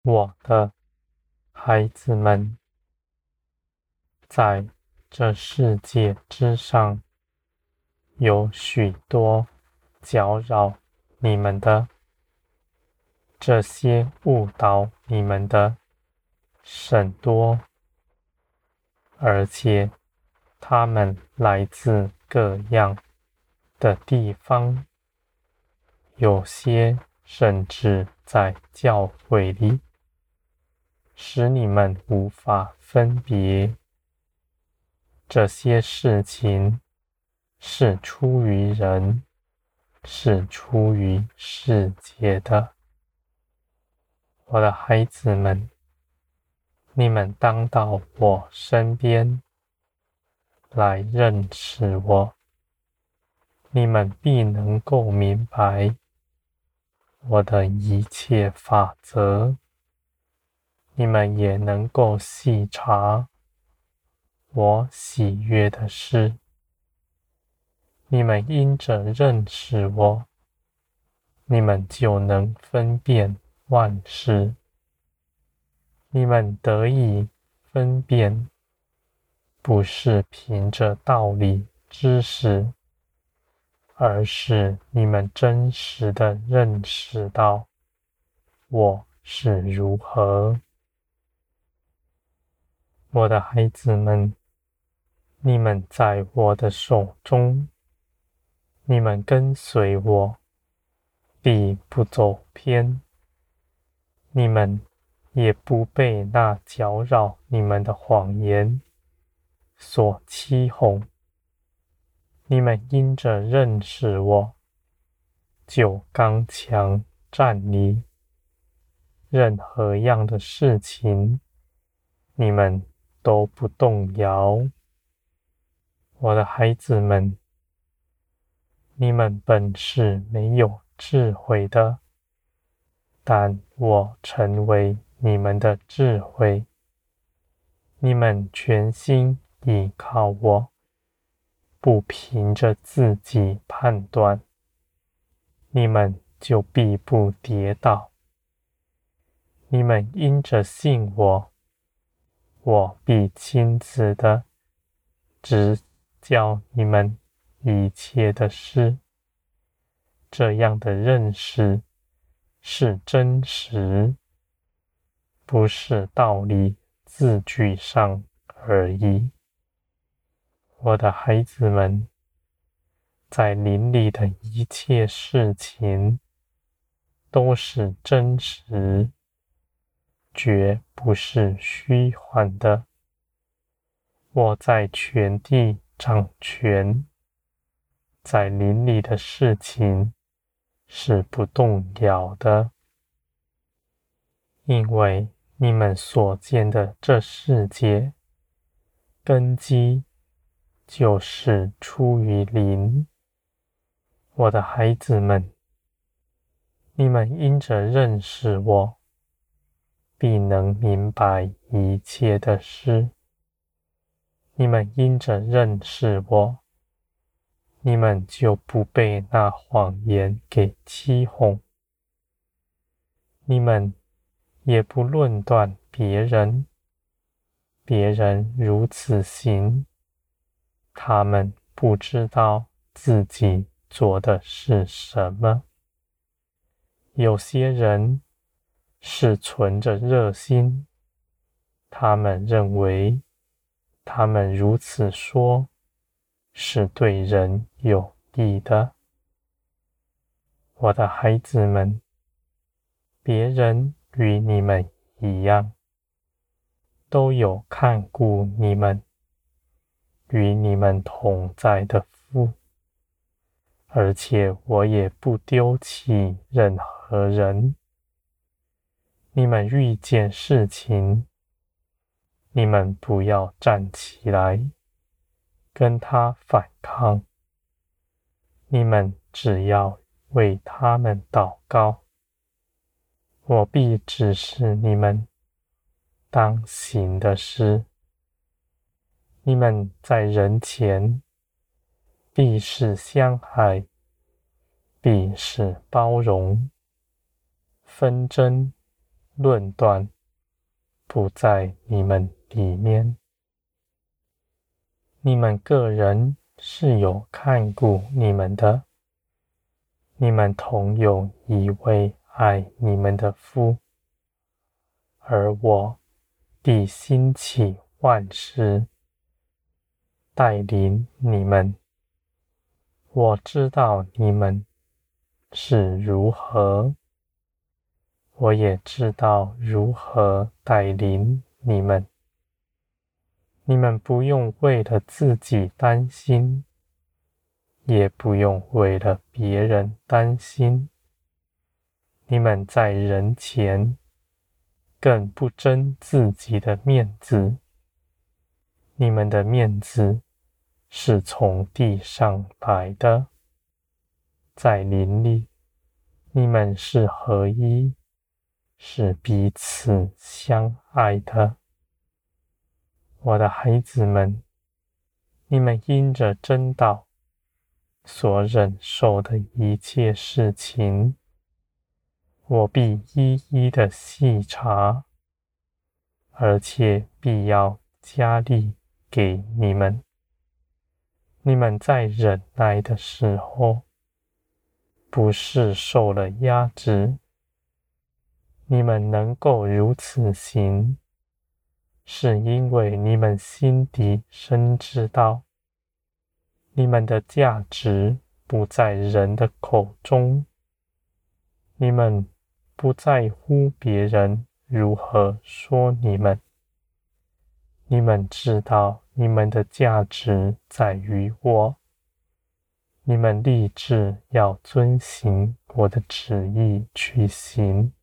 我的孩子们，在这世界之上，有许多搅扰你们的，这些误导你们的甚多，而且他们来自各样的地方，有些甚至在教会里，使你们无法分别。这些事情是出于人，是出于世界的。我的孩子们，你们当到我身边来认识我，你们必能够明白我的一切法则，你们也能够细察我喜悦的事。你们因着认识我，你们就能分辨万事。你们得以分辨，不是凭着道理知识，而是你们真实的认识到我是如何。我的孩子们，你们在我的手中，你们跟随我，必不走偏。你们也不被那搅扰你们的谎言所欺哄。你们因着认识我，就刚强站立。任何样的事情，你们都不动摇。我的孩子们，你们本是没有智慧的，但我成为你们的智慧。你们全心倚靠我，不凭着自己判断，你们就必不跌倒。你们因着信我，我必亲自的指教你们一切的事。这样的认识是真实，不是道理字句上而已。我的孩子们，在灵里的一切事情都是真实，绝不是虚幻的。我在全地掌权，在灵里的事情是不动摇的，因为你们所见的这世界根基就是出于灵。我的孩子们，你们因着认识我，必能明白一切的事。你们因着认识我，你们就不被那谎言给欺哄。你们也不论断别人，别人如此行，他们不知道自己做的是什么。有些人是存着热心，他们认为他们如此说是对人有益的。我的孩子们，别人与你们一样，都有看顾你们，与你们同在的父，而且我也不丢弃任何人。你们遇见事情，你们不要站起来跟他反抗，你们只要为他们祷告。我必指示你们当行的事。你们在人前必是相爱，必是包容，纷争论断不在你们里面。你们个人是有看顾你们的，你们同有一位爱你们的父，而我必兴起万事，带领你们。我知道你们是如何，我也知道如何带领你们。你们不用为了自己担心，也不用为了别人担心。你们在人前更不争自己的面子，你们的面子是从地上来的，在灵里，你们是合一，是彼此相爱的。我的孩子们，你们因着真道所忍受的一切事情，我必一一的细查，而且必要加力给你们。你们在忍耐的时候，不是受了压制，你们能够如此行，是因为你们心底深知道，你们的价值不在人的口中，你们不在乎别人如何说你们，你们知道你们的价值在于我，你们立志要遵行我的旨意去行，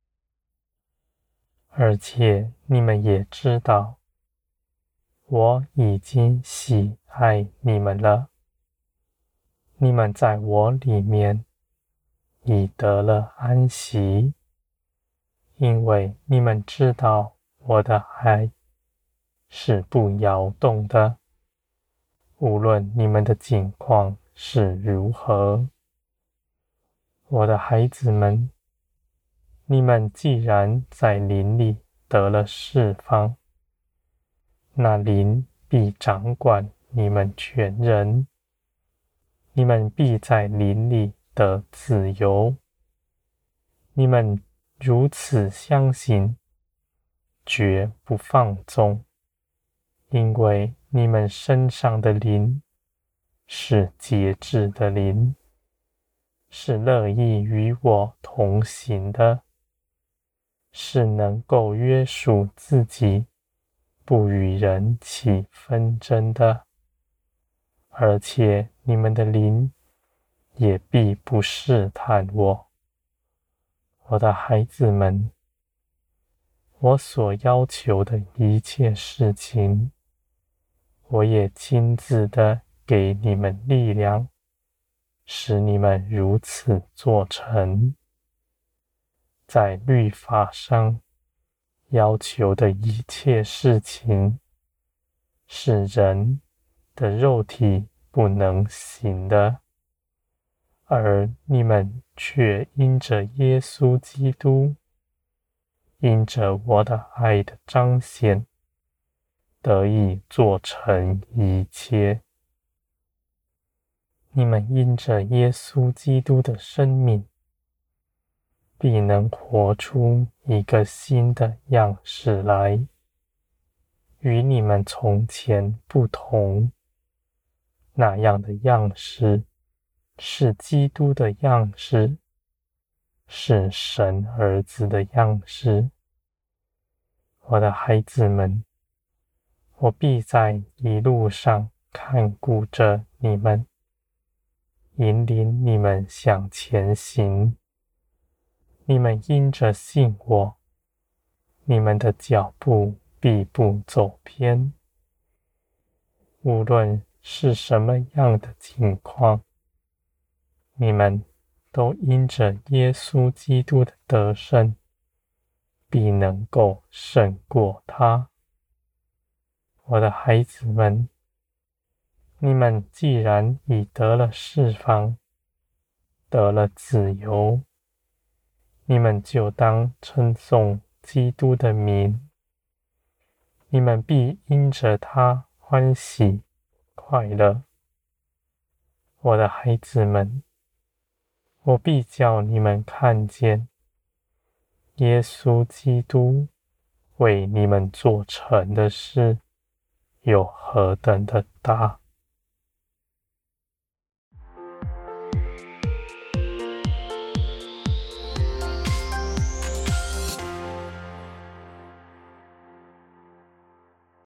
而且你们也知道，我已经喜爱你们了。你们在我里面已得了安息，因为你们知道我的爱是不摇动的，无论你们的境况是如何。我的孩子们，你们既然在灵里得了释放，那灵必掌管你们全人，你们必在灵里得自由。你们如此相信，绝不放纵，因为你们身上的灵是节制的灵，是乐意与我同行的，是能够约束自己，不与人起纷争的，而且你们的灵也必不试探我。我的孩子们，我所要求的一切事情，我也亲自的给你们力量，使你们如此做成。在律法上要求的一切事情，是人的肉体不能行的，而你们却因着耶稣基督，因着我的爱的彰显，得以做成一切。你们因着耶稣基督的生命，必能活出一个新的样式来，与你们从前不同。那样的样式是基督的样式，是神儿子的样式。我的孩子们，我必在一路上看顾着你们，引领你们向前行。你们因着信我，你们的脚步必不走偏。无论是什么样的情况，你们都因着耶稣基督的得胜，必能够胜过他。我的孩子们，你们既然已得了释放，得了自由，你们就当称颂基督的名，你们必因着他欢喜快乐。我的孩子们，我必叫你们看见耶稣基督为你们做成的事有何等的大。